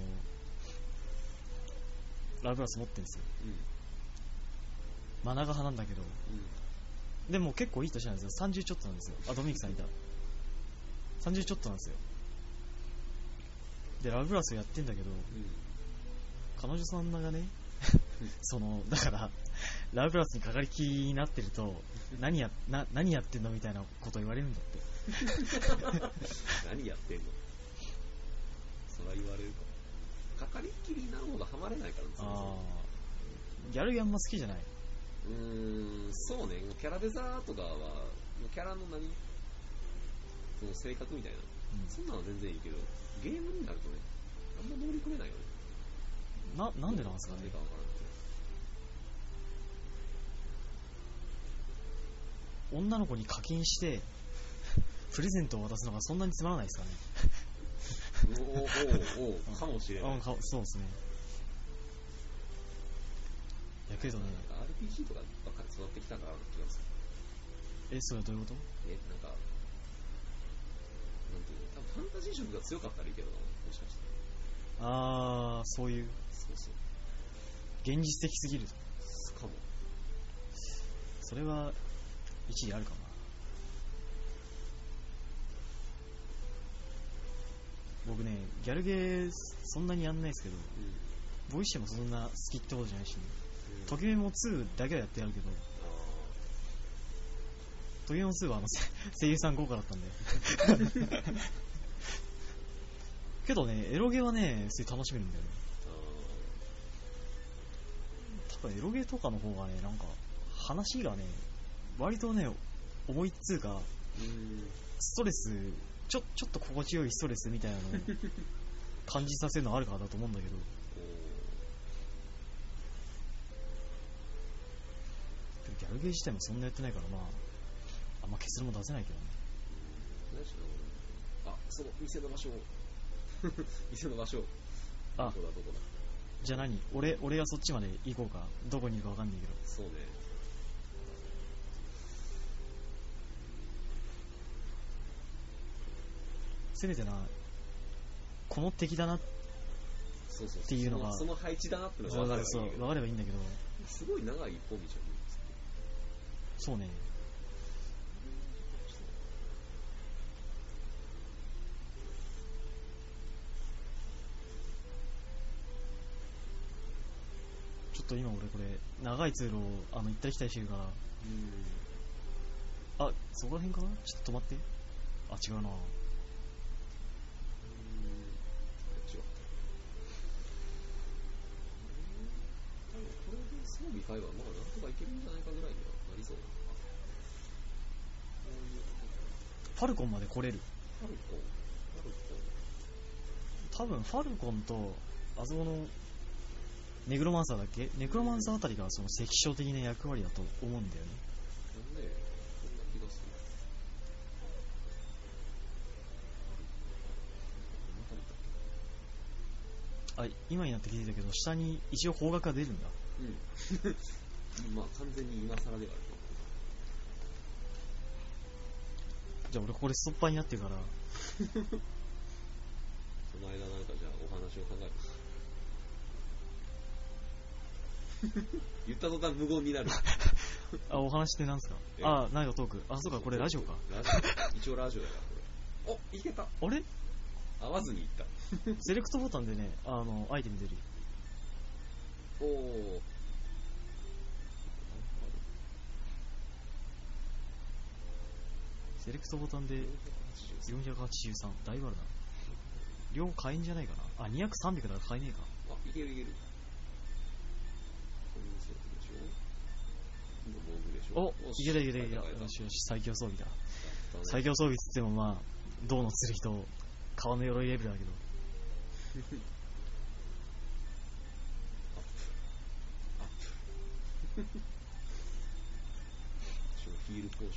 ラブプラス持ってるんですよ。うん、マナガ派なんだけど、うん、でも結構いい年なんですよ。さんじゅうちょっとなんですよ。あ、ドミニクさんいた。さんじゅうちょっとなんですよ。で、ラブプラスをやってんだけど、うん、彼女さんがね、その、だから、ラブプラスにかかりきになってると、何や、な、何やってんのみたいなこと言われるんだって。 何やってんの？そら言われるか。かかりっきりなほどハマれないからですよ。あギャルゲーあんま好きじゃない。 うーん、そうね。キャラデザーとかは、キャラの何その性格みたいな、うん。そんなのは全然いいけど、ゲームになるとね、あんま乗り込めないよね。 な、なんでなんですかね。 なんでかわからなくて。 女の子に課金して、プレゼントを渡すのがそんなにつまらないですかね。 おおおおかもしれない。 そうですね。やけどね。 なんか アールピージー とかばっかり育ってきたから気がする。え、それはどういうこと？ え、なんか、なんていうの、多分ファンタジー色が強かったらいいけどな、もしかして。 あー、そういう。 そうそう。 現実的すぎる。 かも。 それは、一理あるかも。僕ね、ギャルゲーそんなにやんないですけど、うん、ボイシェもそんな好きってことじゃないし、ね、うん、ときめもツーだけはやってやるけど、ときめもツーはあの声優さん豪華だったんで。けどね、エロゲーはね、すごい楽しめるんだよね。多分エロゲーとかの方がね、なんか、話がね、割とね、重いっつうか、うん、ストレス、ちょ、ちょっと心地よいストレスみたいなのを感じさせるのあるからだと思うんだけど。ギャルゲー自体もそんなやってないから、まあ、あんま結論も出せないけどね。 何しろ、あ、その店の場所を。店の場所。 あ、 どこだどこだ。 じゃあ何？俺、俺がそっちまで行こうか。どこにいるかわかんないけど。 そうね。 せめてな、この敵だなっていうのが、 その配置だなってのが分かればいいんだけど、 そうそう分かればいいんだけど、 すごい長い一本道を見るんですそうね。ちょっと今俺これ長い通路をあの行ったり来たりしてるから、あ、そこら辺かな。ちょっと止まって。あ、違うな。 装備買えばまあなんとかいけるんじゃないかぐらいにはなりそうだ。 ファルコンまで来れる。 ファルコンファルコン多分ファルコンとあそこのネクロマンサーだっけ。ネクロマンサーあたりがその関所的な役割だと思うんだよね。 なんでそんな気がする。 あ、今になって気づいたけど下に一応方角が出るんだ。 うんまあ完全に今更ではある。 じゃあ俺これストッパーになってるからその間なんかじゃあお話を考えます言った途端無言になるあ、お話ってなんすか。あ、何かトーク。あ、そうか、これラジオか。 ラジオ一応ラジオだからこれ。お、いけた。 あれ合わずにいったセレクトボタンでね、あのアイテム出る。 おお。 セレクトボタンでよんひゃくはちじゅうさん、だいぶあるな。両方買えんじゃないかな。あ、にひゃく、さんびゃくだから買えねえか。 あ、いけるいける。 お、いけたいけたいけた。よしよし、最強装備だ。最強装備っつってもまあ、銅の剣と革の鎧レベルだけど。 アップ。アップ。ヒールポーションを買って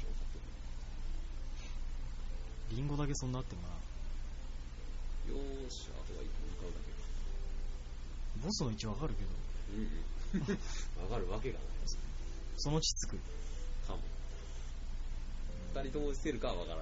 リンゴだけそんなあってもな。 よーし、あとは一個向かうだけ。 ボスの位置わかるけど。 うんうん。わかるわけがない。 そのうちつく。 かも。二人とも落ちてるかはわからない。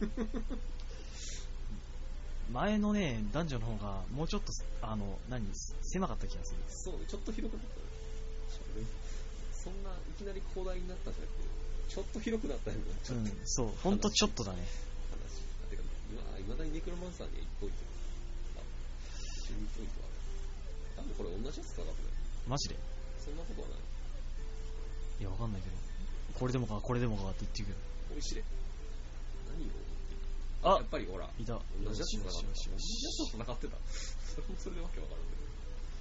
前のね、男女の方がもうちょっと、あの、何、狭かった気がする。 そうね、ちょっと広くなったね。そんないきなり広大になったじゃなくて、ちょっと広くなったよね。 うん、そう、ほんとちょっとだね。 話。てか、いまだにネクロマンサーにはいっポイント。あ、じゅうにポイントある。多分これ同じやつかかってない。 マジで？ そんなことはない。 いや、わかんないけど。これでもか、これでもかって言ってるけど。 おいしい。何あ、 をやっぱりほら、 いた。 同じやつと戦ってた。同じやつと戦ってた。それもそれでわけわからんけど。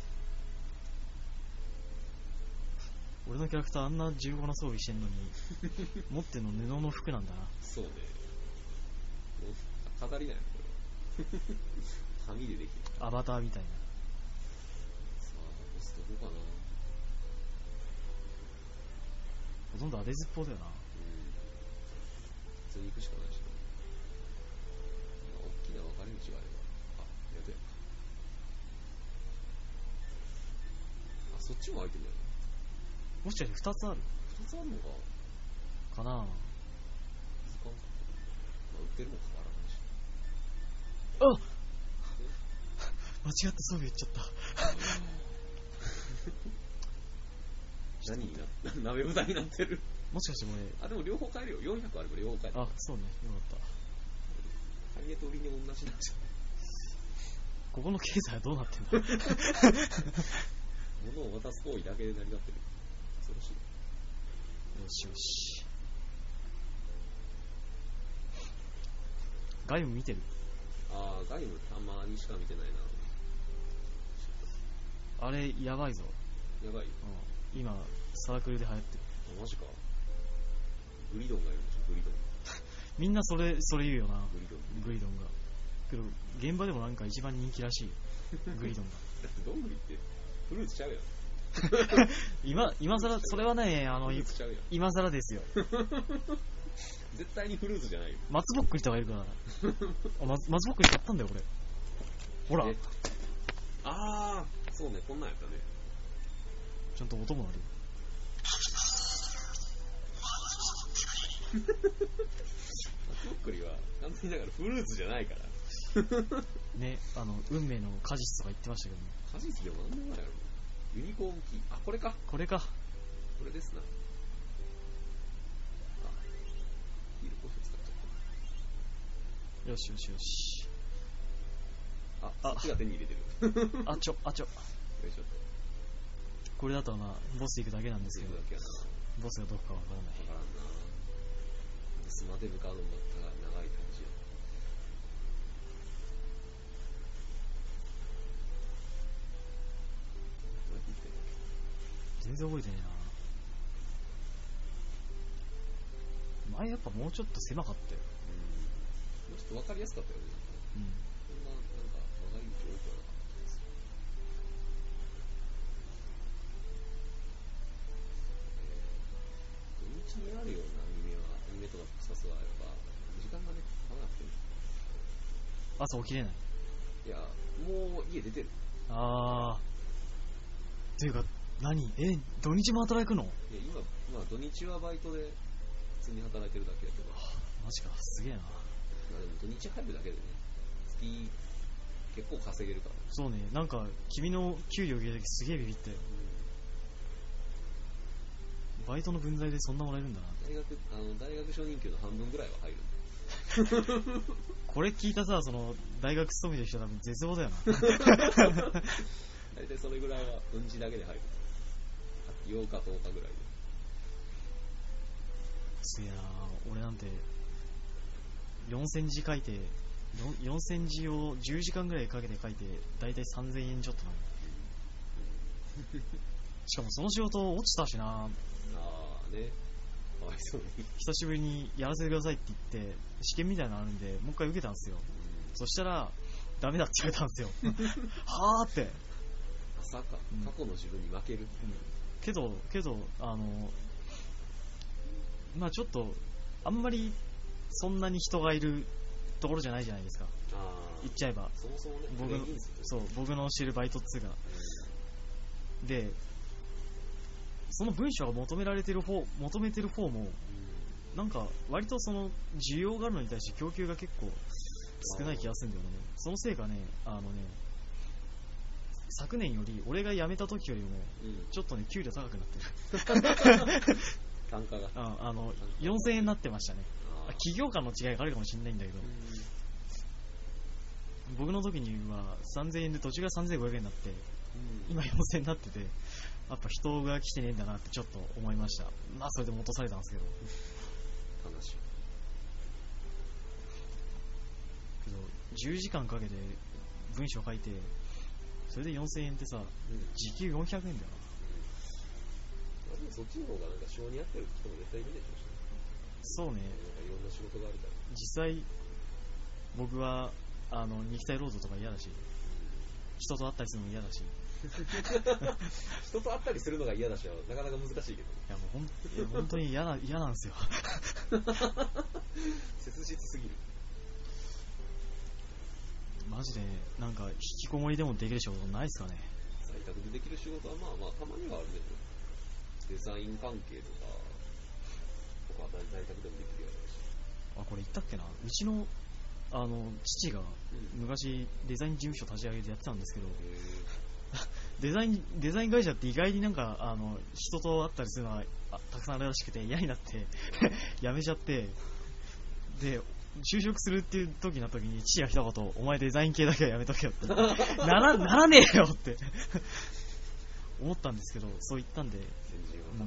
俺のキャラクターあんな重厚な装備してんのに持ってんの布の服なんだな。 そうね。飾りないのこれ。紙でできる。 アバターみたいな。 さあ、ボスどこかな。 ほとんど当てずっぽうだよな。 うん。普通に行くしかないしな。大きな分かれ道があれば。あ、やっとやった。あ、そっちも開いてるんだよ。 もしかしてふたつある？ ふたつあるのかかなぁ。 気づかんかった。まあ、売ってるもん変わらないし。 あっ間違って装備言っちゃった。 何になった鍋豚になってる。 もしかしてこれ。 あ、でも両方買えるよ。よんひゃくあれば両方買える。 あ、そうね。よかった。 買い値と売り値同じなんじゃん。 ここの経済はどうなってんだ。 物を渡す行為だけで成り立ってる。恐ろしい。 よしよし。ガイム見てる？ あー、ガイムたまにしか見てないな。 あれ、やばいぞ。 やばい。 うん、今、サークルで流行ってる。 あ、マジか。グリドンがいるでしょ、グリドン。みんなそれ、それ言うよな。 グリドン。 グリドンが。けど、現場でもなんか一番人気らしいよ。グリドンが。 だってどんぐりってフルーツちゃうやん。 今、今更、それはね、あの、今更ですよ。 絶対にフルーツじゃないよ。 松ぼっくりとかいるから。あ、松、松ぼっくり買ったんだよ、俺。ほら。 あー、そうね、こんなんやったね。 ちゃんと音もあるよ。 松ぼっくりは完全にだからフルーツじゃないからね、あの運命の果実とか言ってましたけどね。 果実でも何でもないやろ。ユニコーンキー、あ、これか。 これか。 これですな。 ビールコーヒー使っちゃった。 よしよしよし。 あ、あそっちが手に入れてる。 あちょ、あちょ。 よいしょ。 これだとまあ、ボス行くだけなんですけど、 だけやなボスがどこかわからない。 わからんな。スマデブカードになったら長い感じや。 全然覚えてねえな。前やっぱもうちょっと狭かったよ。 うん。もうちょっと分かりやすかったよね。 うん。 そんな、なんか、長い道多くはなかったです。土日にあるようなアニメは、アニメとか特撮はやっぱ、時間がね、合わなくても。 朝起きれない。 いや、もう家出てる。 あー。ていうか、何え、土日も働くの？ いや、今、まあ土日はバイトで普通に働いてるだけやけど。 マジか、すげえな。 まあでも土日入るだけでね、月結構稼げるから。 そうね、なんか君の給料聞いた時すげえビビったよ。うん、バイトの分際でそんなもらえるんだな。 大学、あの、大学初任給の半分ぐらいは入る。 これ聞いたさ、その、大学勤めてる人は多分絶望だよな。 大体それぐらいは、うんちだけで入る。ようかとおかぐらいで。 すげえな俺なんて、よんせんじ書いて、よんせんじをじゅうじかんぐらいかけて書いて、だいたいさんぜんえんちょっとなの。しかもその仕事落ちたしな。ああね。かわいそうに。 久しぶりにやらせてくださいって言って、試験みたいなのあるんで、もう一回受けたんですよ。そしたら、ダメだって言われたんですよ。はーって。 まさか、過去の自分に負ける。うん、 けど、けど、あの、まあちょっと、あんまりそんなに人がいるところじゃないじゃないですか。 あ言っちゃえば。 そもそもね、 僕の、そう、僕の知るバイトっつうか。うん、で、その文章が求められてる方、求めてる方も、うん、なんか割とその需要があるのに対して供給が結構少ない気がするんだよね。そのせいかね、あのね、昨年より俺が辞めた時よりもちょっとね給料高くなってる。 単価が。 あ、あのよんせんえんになってましたね。企業間の違いがあるかもしれないんだけど、僕の時にはさんぜんえんで途中がさんぜんごひゃくえんになって、今よんせんえんになってて、やっぱ人が来てねえんだなってちょっと思いました。まあそれでも落とされたんですけど。 悲しい。 けどじゅうじかんかけて文章書いて、それでよんせんえんってさ、うん、時給よんひゃくえんだよな。 うん、でもそっちの方がなんか性に合ってる人も絶対いるでしょうしね。 そうね。 なんかいろんな仕事があるから。 実際僕はあの肉体労働とか嫌だし、人と会ったりするのも嫌だし。 人と会ったりするのが嫌だしはなかなか難しいけど。いやもうほんいや本当に嫌な嫌なんですよ。 切実すぎる。 マジでなんか引きこもりでもできる仕事ないですかね。 在宅でできる仕事はまあまあたまにはあるでしょ。デザイン関係とかとか在宅でもできるやろうし。 あ、これ言ったっけな。うちのあの父が昔デザイン事務所立ち上げてやってたんですけど、デザインデザイン会社って意外になんかあの人と会ったりするのがたくさんあるらしくて嫌になって辞めちゃって、で就職するっていう時の時に父が一言、お前デザイン系だけはやめとけよってなら、ならねえよって思ったんですけど、そう言ったんで、うん、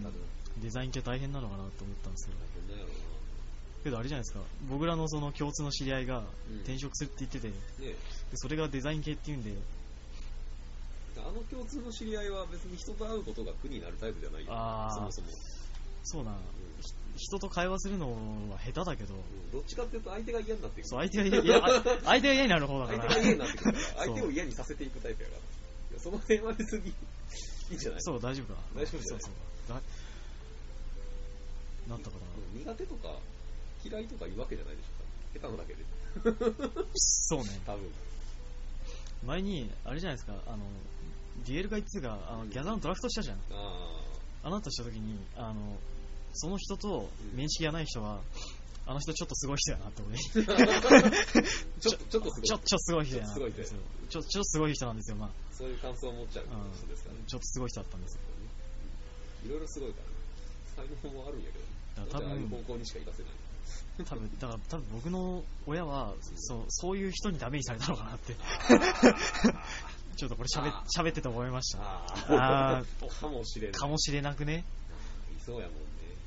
デザイン系大変なのかなと思ったんですけど、 大変だよな。 けどあれじゃないですか、僕らのその共通の知り合いが転職するって言ってて、うんね、でそれがデザイン系っていうんで、 あの共通の知り合いは別に人と会うことが苦になるタイプじゃないよ、ね、そもそも。 そうな、うん、人と会話するのは下手だけど、うん、 どっちかっていうと相手が嫌になってくる。 そう、相手が嫌、いや相手が嫌になる方だから。 相手が嫌になってくるから、相手を嫌にさせていくタイプやから。いやその辺は別にいいんじゃない？ そう、大丈夫か。 大丈夫じゃない？そうそう。 なったから。 苦手とか嫌いとか言うわけじゃないでしょ。下手なだけで。 そうね。 多分。 前にあれじゃないですか、あのデュエル会ツーがあのギャザーのドラフトしたじゃん。ああなたした時にあのその人と面識がない人は、うん、あの人ちょっとすごい人やなって思い。ちょちょっとすごい。 ちょっとすごい人やな。ちょっとすごい人なんですよ。まあそういう感想を持っちゃう人ですからね。 ちょっとすごい人だったんですよ。 いろいろすごいからね。才能もあるんやけど。だから多分ああいう方向にしか行かせない。 多分だから多分僕の親はそうそういう人にダメにされたのかなってちょっとこれ喋喋ってて思いました。 ああかもしれない。 かもしれなくね。 いそうやもんね。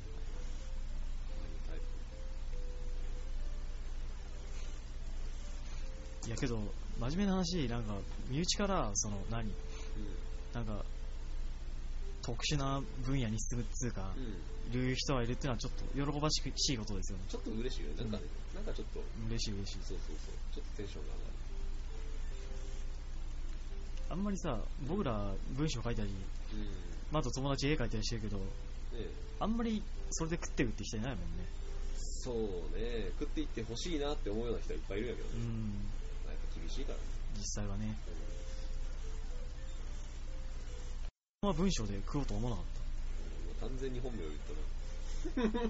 いやけど真面目な話、なんか身内からその何、うん、なんか特殊な分野に進むっつうか、うん、いる人がいるっていうのはちょっと喜ばしいことですよね。 ちょっと嬉しいよね。なんかね、うん、なんかちょっと嬉しい嬉しい。 そうそうそう。ちょっとテンションが上がる。 あんまりさ、僕ら文章書いたり、うんまあ、あと友達絵描いたりしてるけど、ね、あんまりそれで食ってるって人いないもんね。 そうね、食っていってほしいなって思うような人はいっぱいいるんやけどね。うん、やっぱ厳しいからね。 実際はね。うん、まあ文章で食おうと思わなかった。 うん、完全に本名を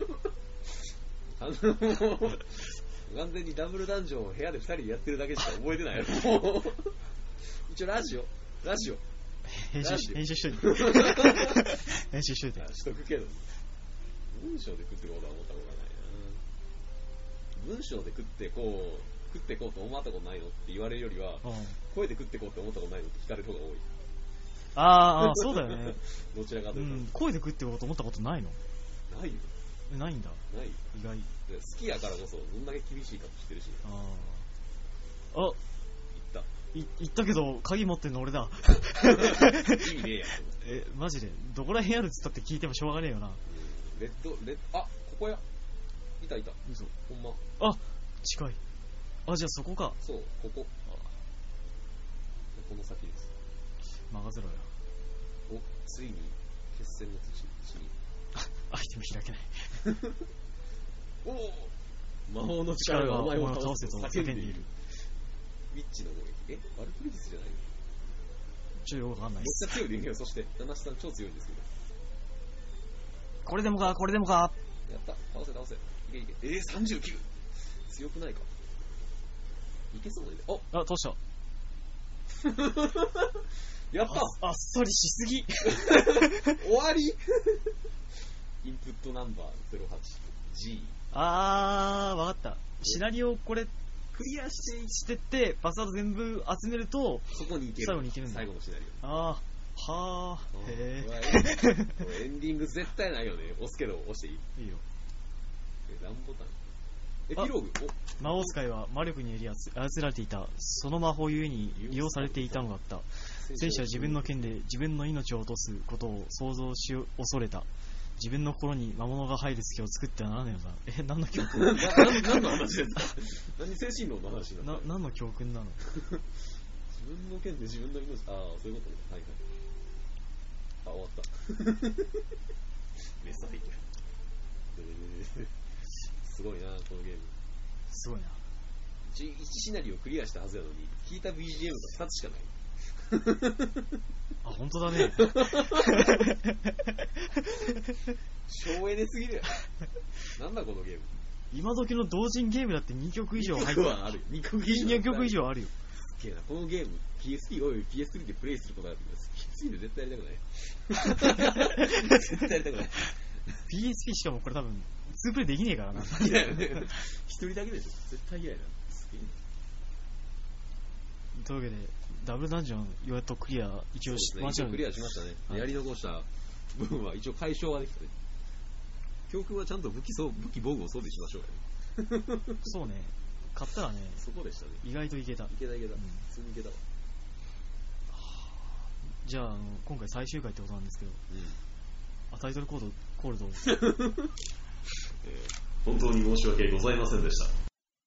言ったな。完全にダブルダンジョンを部屋でふたりでやってるだけしか覚えてないよ。一応ラジオラジオ編集し編集しといて編集しといてしとくけど文章で食ってこうとは思ったことはないな。文章で食ってこう食ってこうと思ったことないのって言われるよりは、うん、声で食ってこうって思ったことないのって聞かれる方が多い。 ああそうだよね。 どちらかというと、うん、 声で食ってこうと思ったことないの？ ないよ。 ないんだ。 ない。 意外。 好きやからこそどんだけ厳しいか知ってるし。ああ。あ。言ったけど鍵持ってんの俺だ。 意味ねえや。 えマジでどこら辺あるっつったって聞いてもしょうがねえよな。 レッドレッドあここやいたいた。 嘘ほんま。 あ近い。あじゃあそこか。 そうここ。あこの先です。 任せろよ。 おついに決戦の土地に。 アイテム開けない。 おお魔法の力がお前を倒せと叫んでいる。ウィッチの攻撃。えワルプリギスじゃないの？ ちょっとよくわかんないです。 めっちゃ強いでいいよ。そして七七さん超強いんですけど。 これでもかこれでもか。 やった倒せ倒せ。いけいけ。えー、さんじゅうきゅう強くないか。いけそうだね。おあどうした。 やったあ, あっさりしすぎ。 終わり。インプットナンバー ゼロはちジー。 あーわかった。シナリオこれクリアしてしてってパスワード全部集めるとそこに行ける。 最後に行けるんだ。 最後のシナリオ。 ああはあへえ。エンディング絶対ないよね。押すけど押していい？いいよ。え何ボタン？エピローグ。 魔王使いは魔力により操られていた。その魔法ゆえに利用されていたのだった。戦士は自分の剣で自分の命を落とすことを想像し恐れた。自分の心に魔物が入る隙を作ってはならないのだ。え、何の教訓？な何の話ですか？何精神論の話なの？ な何の教訓なの？ 自分の剣で自分の命、ああ、そういうことね。はいはい。あ、終わった。メサイ。すごいな、このゲーム。 すごいな。 いちシナリオクリアしたはずやのに、聞いた ビージーエム がふたつしかない。 あ、本当だね。 省エネすぎるやん。なんだこのゲーム。 今時の同人ゲームだってにきょく以上入ってる。 ある。にきょく以上。 にきょく以上あるよ。 すげえな。このゲーム ピーエスピー および ピーエススリー でプレイすることがあるけど、ピーエススリー で絶対やりたくない。絶対やりたくない。 ピーエスピー しかもこれ多分ツープレイできねえからな。 嫌やね。一人だけでしょ。絶対嫌やな。すげえ。 というわけでダブルダンジョンようやっとクリア一応しましたね。クリアしましたね。はい、やり残した部分は一応解消はできたね。教訓はちゃんと武器装武器防具を装備しましょうよね。 そうね。買ったらね。 そこでしたね。 意外といけた。いけたいけた。うん、普通にいけたわ。 じゃあ、あの今回最終回ってことなんですけど、うん、あタイトルコードコールド、 えー。本当に申し訳ございませんでした。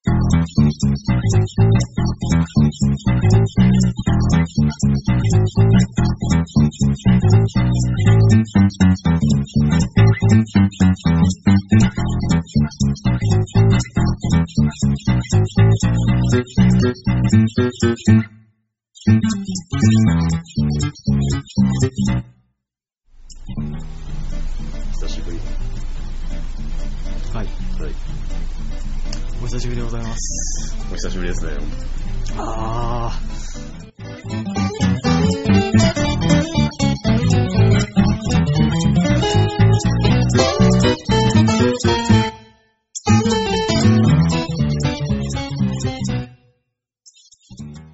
久しぶり。 はい。 はい。 お久しぶりでございます。 お久しぶりですね。 ああ。